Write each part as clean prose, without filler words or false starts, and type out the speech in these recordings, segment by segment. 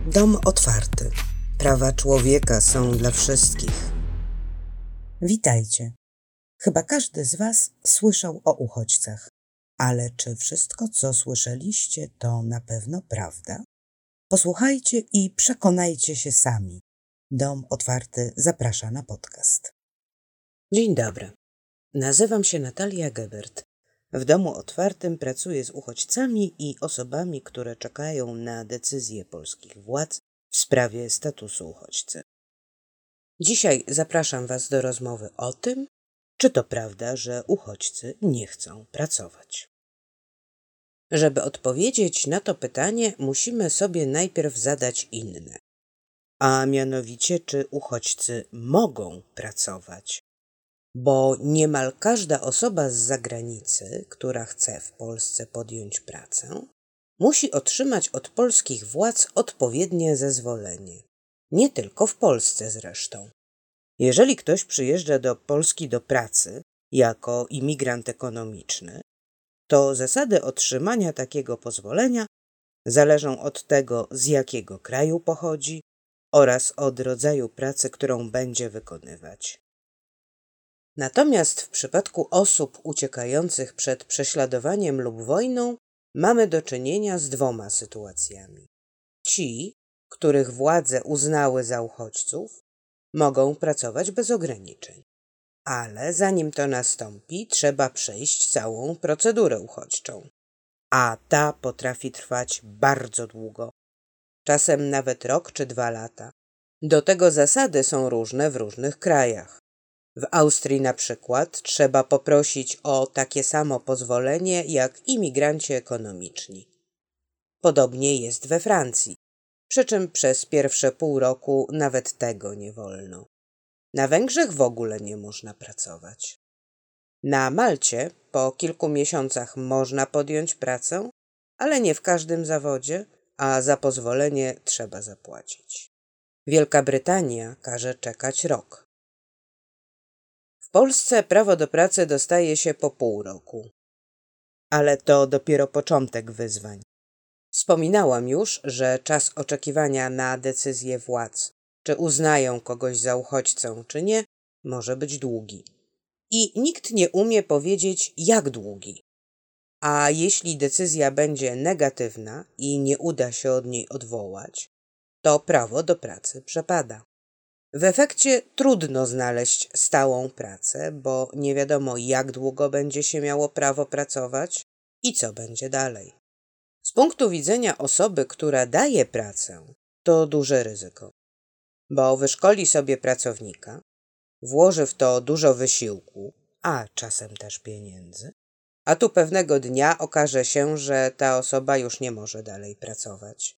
Dom otwarty. Prawa człowieka są dla wszystkich. Witajcie. Chyba każdy z Was słyszał o uchodźcach. Ale czy wszystko, co słyszeliście, to na pewno prawda? Posłuchajcie i przekonajcie się sami. Dom otwarty zaprasza na podcast. Dzień dobry. Nazywam się Natalia Gebert. W Domu Otwartym pracuję z uchodźcami i osobami, które czekają na decyzje polskich władz w sprawie statusu uchodźcy. Dzisiaj zapraszam Was do rozmowy o tym, czy to prawda, że uchodźcy nie chcą pracować. Żeby odpowiedzieć na to pytanie, musimy sobie najpierw zadać inne. A mianowicie, czy uchodźcy mogą pracować? Bo niemal każda osoba z zagranicy, która chce w Polsce podjąć pracę, musi otrzymać od polskich władz odpowiednie zezwolenie. Nie tylko w Polsce zresztą. Jeżeli ktoś przyjeżdża do Polski do pracy jako imigrant ekonomiczny, to zasady otrzymania takiego pozwolenia zależą od tego, z jakiego kraju pochodzi oraz od rodzaju pracy, którą będzie wykonywać. Natomiast w przypadku osób uciekających przed prześladowaniem lub wojną mamy do czynienia z dwoma sytuacjami. Ci, których władze uznały za uchodźców, mogą pracować bez ograniczeń. Ale zanim to nastąpi, trzeba przejść całą procedurę uchodźczą. A ta potrafi trwać bardzo długo, czasem nawet rok czy 2 lata. Do tego zasady są różne w różnych krajach. W Austrii na przykład trzeba poprosić o takie samo pozwolenie jak imigranci ekonomiczni. Podobnie jest we Francji, przy czym przez pierwsze pół roku nawet tego nie wolno. Na Węgrzech w ogóle nie można pracować. Na Malcie po kilku miesiącach można podjąć pracę, ale nie w każdym zawodzie, a za pozwolenie trzeba zapłacić. Wielka Brytania każe czekać rok. W Polsce prawo do pracy dostaje się po pół roku. Ale to dopiero początek wyzwań. Wspominałam już, że czas oczekiwania na decyzję władz, czy uznają kogoś za uchodźcę, czy nie, może być długi. I nikt nie umie powiedzieć, jak długi. A jeśli decyzja będzie negatywna i nie uda się od niej odwołać, to prawo do pracy przepada. W efekcie trudno znaleźć stałą pracę, bo nie wiadomo, jak długo będzie się miało prawo pracować i co będzie dalej. Z punktu widzenia osoby, która daje pracę, to duże ryzyko, bo wyszkoli sobie pracownika, włoży w to dużo wysiłku, a czasem też pieniędzy, a tu pewnego dnia okaże się, że ta osoba już nie może dalej pracować.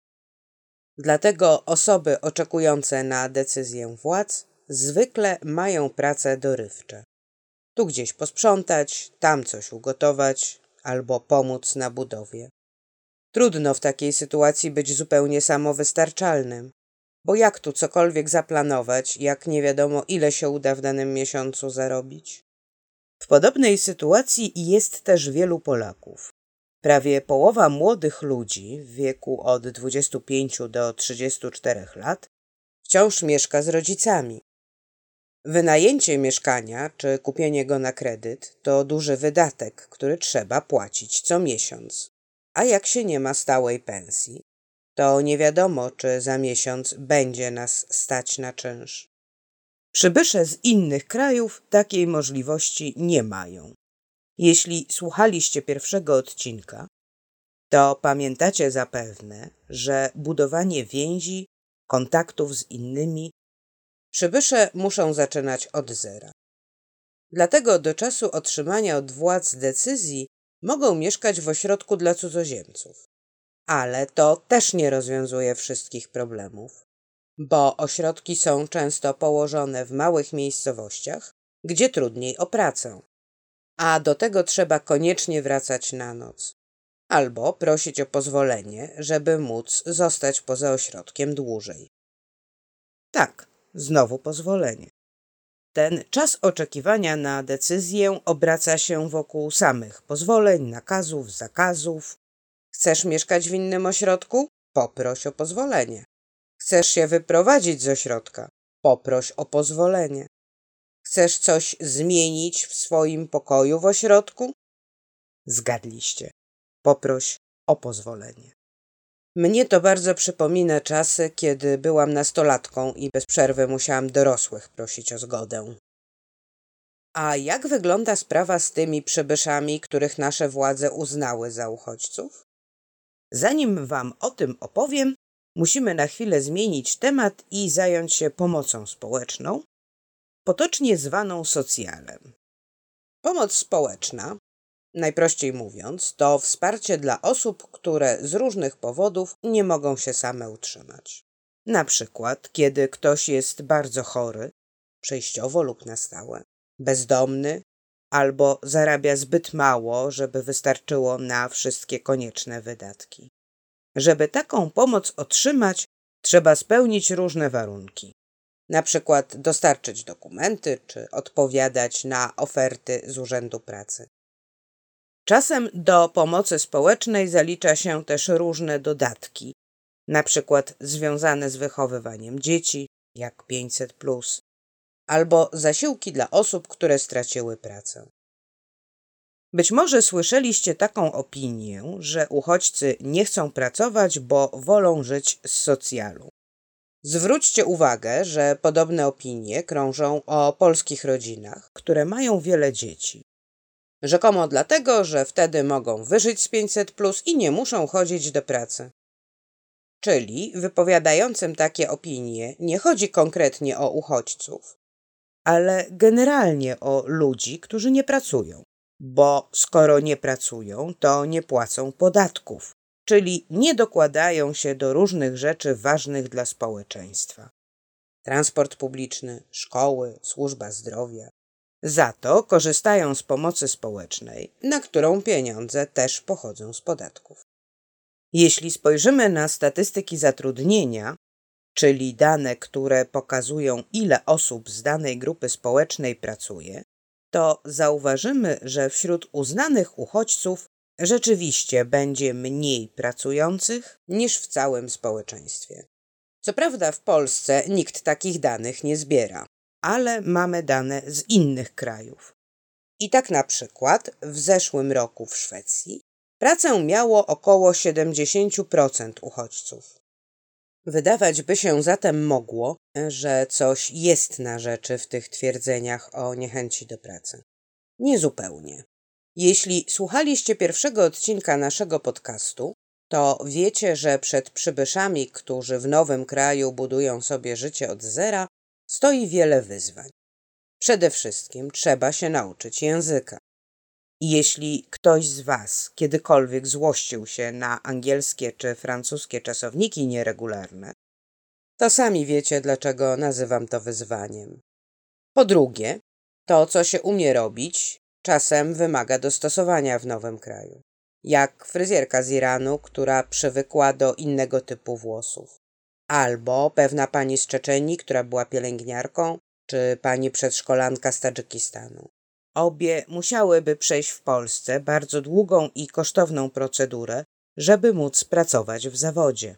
Dlatego osoby oczekujące na decyzję władz zwykle mają prace dorywcze. Tu gdzieś posprzątać, tam coś ugotować albo pomóc na budowie. Trudno w takiej sytuacji być zupełnie samowystarczalnym, bo jak tu cokolwiek zaplanować, jak nie wiadomo, ile się uda w danym miesiącu zarobić? W podobnej sytuacji jest też wielu Polaków. Prawie połowa młodych ludzi w wieku od 25 do 34 lat wciąż mieszka z rodzicami. Wynajęcie mieszkania czy kupienie go na kredyt to duży wydatek, który trzeba płacić co miesiąc. A jak się nie ma stałej pensji, to nie wiadomo, czy za miesiąc będzie nas stać na czynsz. Przybysze z innych krajów takiej możliwości nie mają. Jeśli słuchaliście pierwszego odcinka, to pamiętacie zapewne, że budowanie więzi, kontaktów z innymi, przybysze muszą zaczynać od zera. Dlatego do czasu otrzymania od władz decyzji mogą mieszkać w ośrodku dla cudzoziemców. Ale to też nie rozwiązuje wszystkich problemów, bo ośrodki są często położone w małych miejscowościach, gdzie trudniej o pracę. A do tego trzeba koniecznie wracać na noc. Albo prosić o pozwolenie, żeby móc zostać poza ośrodkiem dłużej. Tak, znowu pozwolenie. Ten czas oczekiwania na decyzję obraca się wokół samych pozwoleń, nakazów, zakazów. Chcesz mieszkać w innym ośrodku? Poproś o pozwolenie. Chcesz się wyprowadzić z ośrodka? Poproś o pozwolenie. Chcesz coś zmienić w swoim pokoju w ośrodku? Zgadliście. Poproś o pozwolenie. Mnie to bardzo przypomina czasy, kiedy byłam nastolatką i bez przerwy musiałam dorosłych prosić o zgodę. A jak wygląda sprawa z tymi przybyszami, których nasze władze uznały za uchodźców? Zanim wam o tym opowiem, musimy na chwilę zmienić temat i zająć się pomocą społeczną, potocznie zwaną socjalem. Pomoc społeczna, najprościej mówiąc, to wsparcie dla osób, które z różnych powodów nie mogą się same utrzymać. Na przykład, kiedy ktoś jest bardzo chory, przejściowo lub na stałe, bezdomny albo zarabia zbyt mało, żeby wystarczyło na wszystkie konieczne wydatki. Żeby taką pomoc otrzymać, trzeba spełnić różne warunki. Na przykład dostarczyć dokumenty czy odpowiadać na oferty z Urzędu Pracy. Czasem do pomocy społecznej zalicza się też różne dodatki, na przykład związane z wychowywaniem dzieci, jak 500+, albo zasiłki dla osób, które straciły pracę. Być może słyszeliście taką opinię, że uchodźcy nie chcą pracować, bo wolą żyć z socjalu. Zwróćcie uwagę, że podobne opinie krążą o polskich rodzinach, które mają wiele dzieci. Rzekomo dlatego, że wtedy mogą wyżyć z 500+ i nie muszą chodzić do pracy. Czyli wypowiadającym takie opinie nie chodzi konkretnie o uchodźców, ale generalnie o ludzi, którzy nie pracują. Bo skoro nie pracują, to nie płacą podatków, czyli nie dokładają się do różnych rzeczy ważnych dla społeczeństwa. Transport publiczny, szkoły, służba zdrowia. Za to korzystają z pomocy społecznej, na którą pieniądze też pochodzą z podatków. Jeśli spojrzymy na statystyki zatrudnienia, czyli dane, które pokazują, ile osób z danej grupy społecznej pracuje, to zauważymy, że wśród uznanych uchodźców rzeczywiście będzie mniej pracujących niż w całym społeczeństwie. Co prawda w Polsce nikt takich danych nie zbiera, ale mamy dane z innych krajów. I tak na przykład w zeszłym roku w Szwecji pracę miało około 70% uchodźców. Wydawać by się zatem mogło, że coś jest na rzeczy w tych twierdzeniach o niechęci do pracy. Niezupełnie. Jeśli słuchaliście pierwszego odcinka naszego podcastu, to wiecie, że przed przybyszami, którzy w nowym kraju budują sobie życie od zera, stoi wiele wyzwań. Przede wszystkim trzeba się nauczyć języka. I jeśli ktoś z Was kiedykolwiek złościł się na angielskie czy francuskie czasowniki nieregularne, to sami wiecie, dlaczego nazywam to wyzwaniem. Po drugie, to, co się umie robić, czasem wymaga dostosowania w nowym kraju. Jak fryzjerka z Iranu, która przywykła do innego typu włosów. Albo pewna pani z Czeczenii, która była pielęgniarką, czy pani przedszkolanka z Tadżykistanu. Obie musiałyby przejść w Polsce bardzo długą i kosztowną procedurę, żeby móc pracować w zawodzie.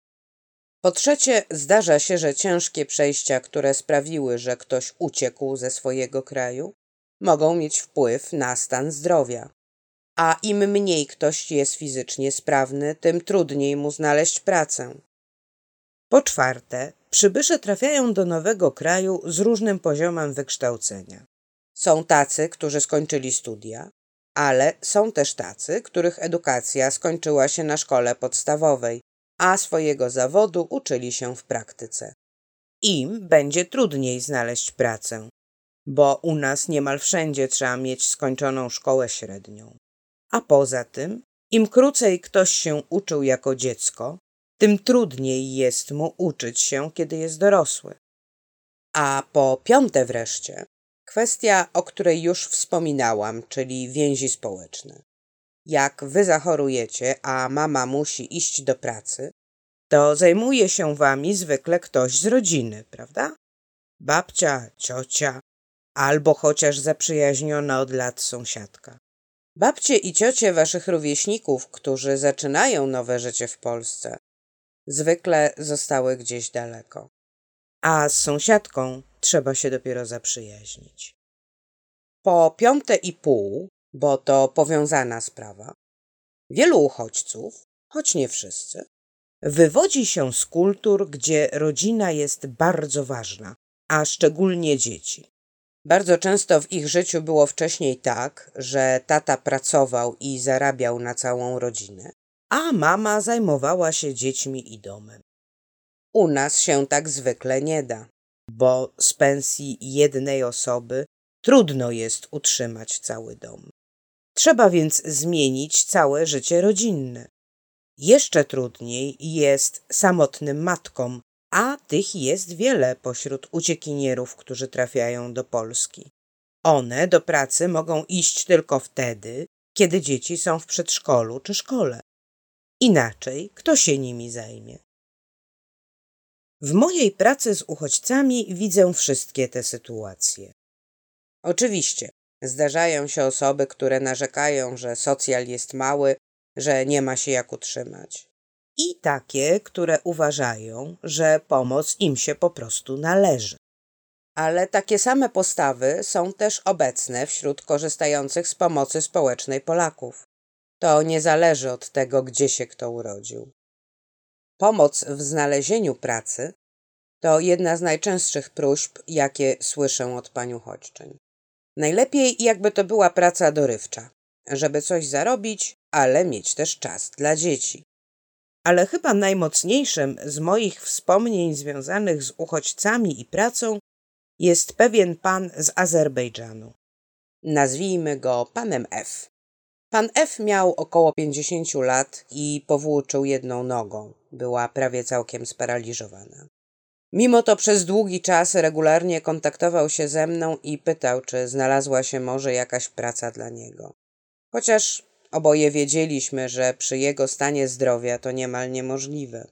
Po trzecie, zdarza się, że ciężkie przejścia, które sprawiły, że ktoś uciekł ze swojego kraju, mogą mieć wpływ na stan zdrowia. A im mniej ktoś jest fizycznie sprawny, tym trudniej mu znaleźć pracę. Po czwarte, przybysze trafiają do nowego kraju z różnym poziomem wykształcenia. Są tacy, którzy skończyli studia, ale są też tacy, których edukacja skończyła się na szkole podstawowej, a swojego zawodu uczyli się w praktyce. Im będzie trudniej znaleźć pracę, bo u nas niemal wszędzie trzeba mieć skończoną szkołę średnią. A poza tym, im krócej ktoś się uczył jako dziecko, tym trudniej jest mu uczyć się, kiedy jest dorosły. A po piąte wreszcie, kwestia, o której już wspominałam, czyli więzi społeczne. Jak wy zachorujecie, a mama musi iść do pracy, to zajmuje się wami zwykle ktoś z rodziny, prawda? Babcia, ciocia, albo chociaż zaprzyjaźniona od lat sąsiadka. Babcie i ciocie waszych rówieśników, którzy zaczynają nowe życie w Polsce, Zwykle zostały gdzieś daleko. A z sąsiadką trzeba się dopiero zaprzyjaźnić. Po 5:30, bo to powiązana sprawa, wielu uchodźców, choć nie wszyscy, wywodzi się z kultur, gdzie rodzina jest bardzo ważna, a szczególnie dzieci. Bardzo często w ich życiu było wcześniej tak, że tata pracował i zarabiał na całą rodzinę, a mama zajmowała się dziećmi i domem. U nas się tak zwykle nie da, bo z pensji jednej osoby trudno jest utrzymać cały dom. Trzeba więc zmienić całe życie rodzinne. Jeszcze trudniej jest samotnym matkom, a tych jest wiele pośród uciekinierów, którzy trafiają do Polski. One do pracy mogą iść tylko wtedy, kiedy dzieci są w przedszkolu czy szkole. Inaczej kto się nimi zajmie? W mojej pracy z uchodźcami widzę wszystkie te sytuacje. Oczywiście zdarzają się osoby, które narzekają, że socjal jest mały, że nie ma się jak utrzymać. I takie, które uważają, że pomoc im się po prostu należy. Ale takie same postawy są też obecne wśród korzystających z pomocy społecznej Polaków. To nie zależy od tego, gdzie się kto urodził. Pomoc w znalezieniu pracy to jedna z najczęstszych próśb, jakie słyszę od pań uchodźczyń. Najlepiej, jakby to była praca dorywcza, żeby coś zarobić, ale mieć też czas dla dzieci. Ale chyba najmocniejszym z moich wspomnień związanych z uchodźcami i pracą jest pewien pan z Azerbejdżanu. Nazwijmy go panem F. Pan F miał około 50 lat i powłóczył jedną nogą. Była prawie całkiem sparaliżowana. Mimo to przez długi czas regularnie kontaktował się ze mną i pytał, czy znalazła się może jakaś praca dla niego. Chociaż oboje wiedzieliśmy, że przy jego stanie zdrowia to niemal niemożliwe.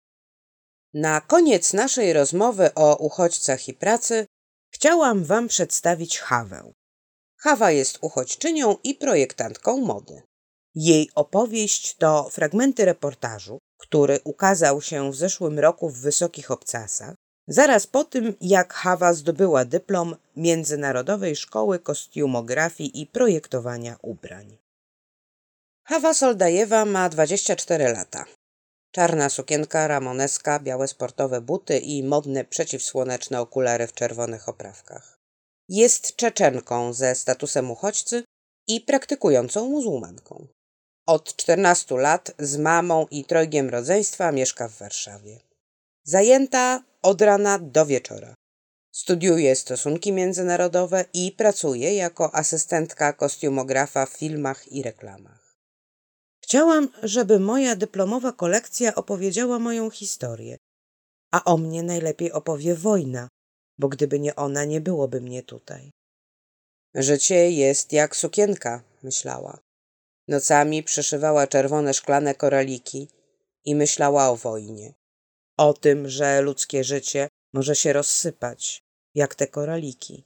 Na koniec naszej rozmowy o uchodźcach i pracy chciałam wam przedstawić Hawę. Hawa jest uchodźczynią i projektantką mody. Jej opowieść to fragmenty reportażu, który ukazał się w zeszłym roku w Wysokich Obcasach, zaraz po tym, jak Hawa zdobyła dyplom Międzynarodowej Szkoły Kostiumografii i Projektowania Ubrań. Hawa Soldajewa ma 24 lata. Czarna sukienka ramoneska, białe sportowe buty i modne przeciwsłoneczne okulary w czerwonych oprawkach. Jest Czeczenką ze statusem uchodźcy i praktykującą muzułmanką. Od 14 lat z mamą i trojgiem rodzeństwa mieszka w Warszawie. Zajęta od rana do wieczora. Studiuje stosunki międzynarodowe i pracuje jako asystentka kostiumografa w filmach i reklamach. Chciałam, żeby moja dyplomowa kolekcja opowiedziała moją historię, a o mnie najlepiej opowie wojna, bo gdyby nie ona, nie byłoby mnie tutaj. Życie jest jak sukienka, myślała. Nocami przyszywała czerwone szklane koraliki i myślała o wojnie. O tym, że ludzkie życie może się rozsypać, jak te koraliki.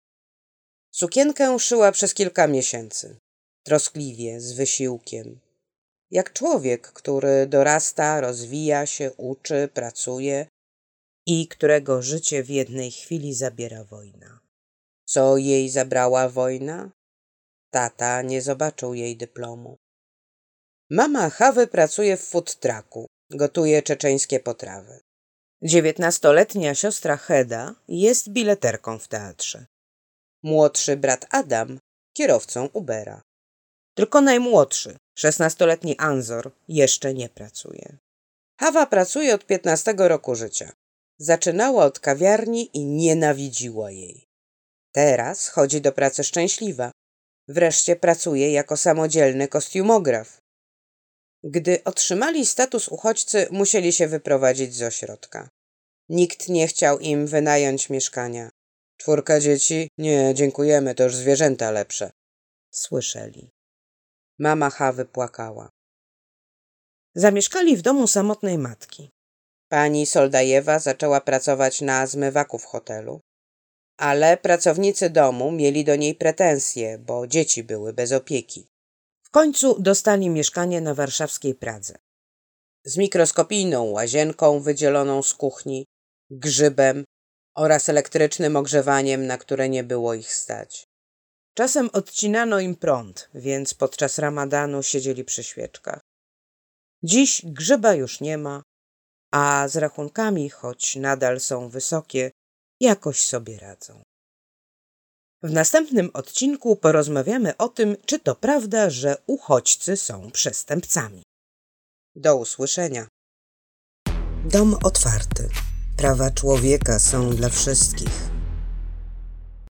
Sukienkę szyła przez kilka miesięcy. Troskliwie, z wysiłkiem. Jak człowiek, który dorasta, rozwija się, uczy, pracuje i którego życie w jednej chwili zabiera wojna. Co jej zabrała wojna? Tata nie zobaczył jej dyplomu. Mama Hawy pracuje w food trucku, gotuje czeczeńskie potrawy. 19-letnia siostra Heda jest bileterką w teatrze. Młodszy brat Adam kierowcą Ubera. Tylko najmłodszy, 16-letni Anzor, jeszcze nie pracuje. Hawa pracuje od 15 roku życia. Zaczynała od kawiarni i nienawidziła jej. Teraz chodzi do pracy szczęśliwa. Wreszcie pracuje jako samodzielny kostiumograf. Gdy otrzymali status uchodźcy, musieli się wyprowadzić z ośrodka. Nikt nie chciał im wynająć mieszkania. 4 dzieci? Nie, dziękujemy, to już zwierzęta lepsze. Słyszeli. Mama Hawy płakała. Zamieszkali w domu samotnej matki. Pani Soldajewa zaczęła pracować na zmywaku w hotelu, ale pracownicy domu mieli do niej pretensje, bo dzieci były bez opieki. W końcu dostali mieszkanie na warszawskiej Pradze. z mikroskopijną łazienką wydzieloną z kuchni, grzybem oraz elektrycznym ogrzewaniem, na które nie było ich stać. Czasem odcinano im prąd, więc podczas ramadanu siedzieli przy świeczkach. Dziś grzyba już nie ma, a z rachunkami, choć nadal są wysokie, jakoś sobie radzą. W następnym odcinku porozmawiamy o tym, czy to prawda, że uchodźcy są przestępcami. Do usłyszenia. Dom otwarty. Prawa człowieka są dla wszystkich.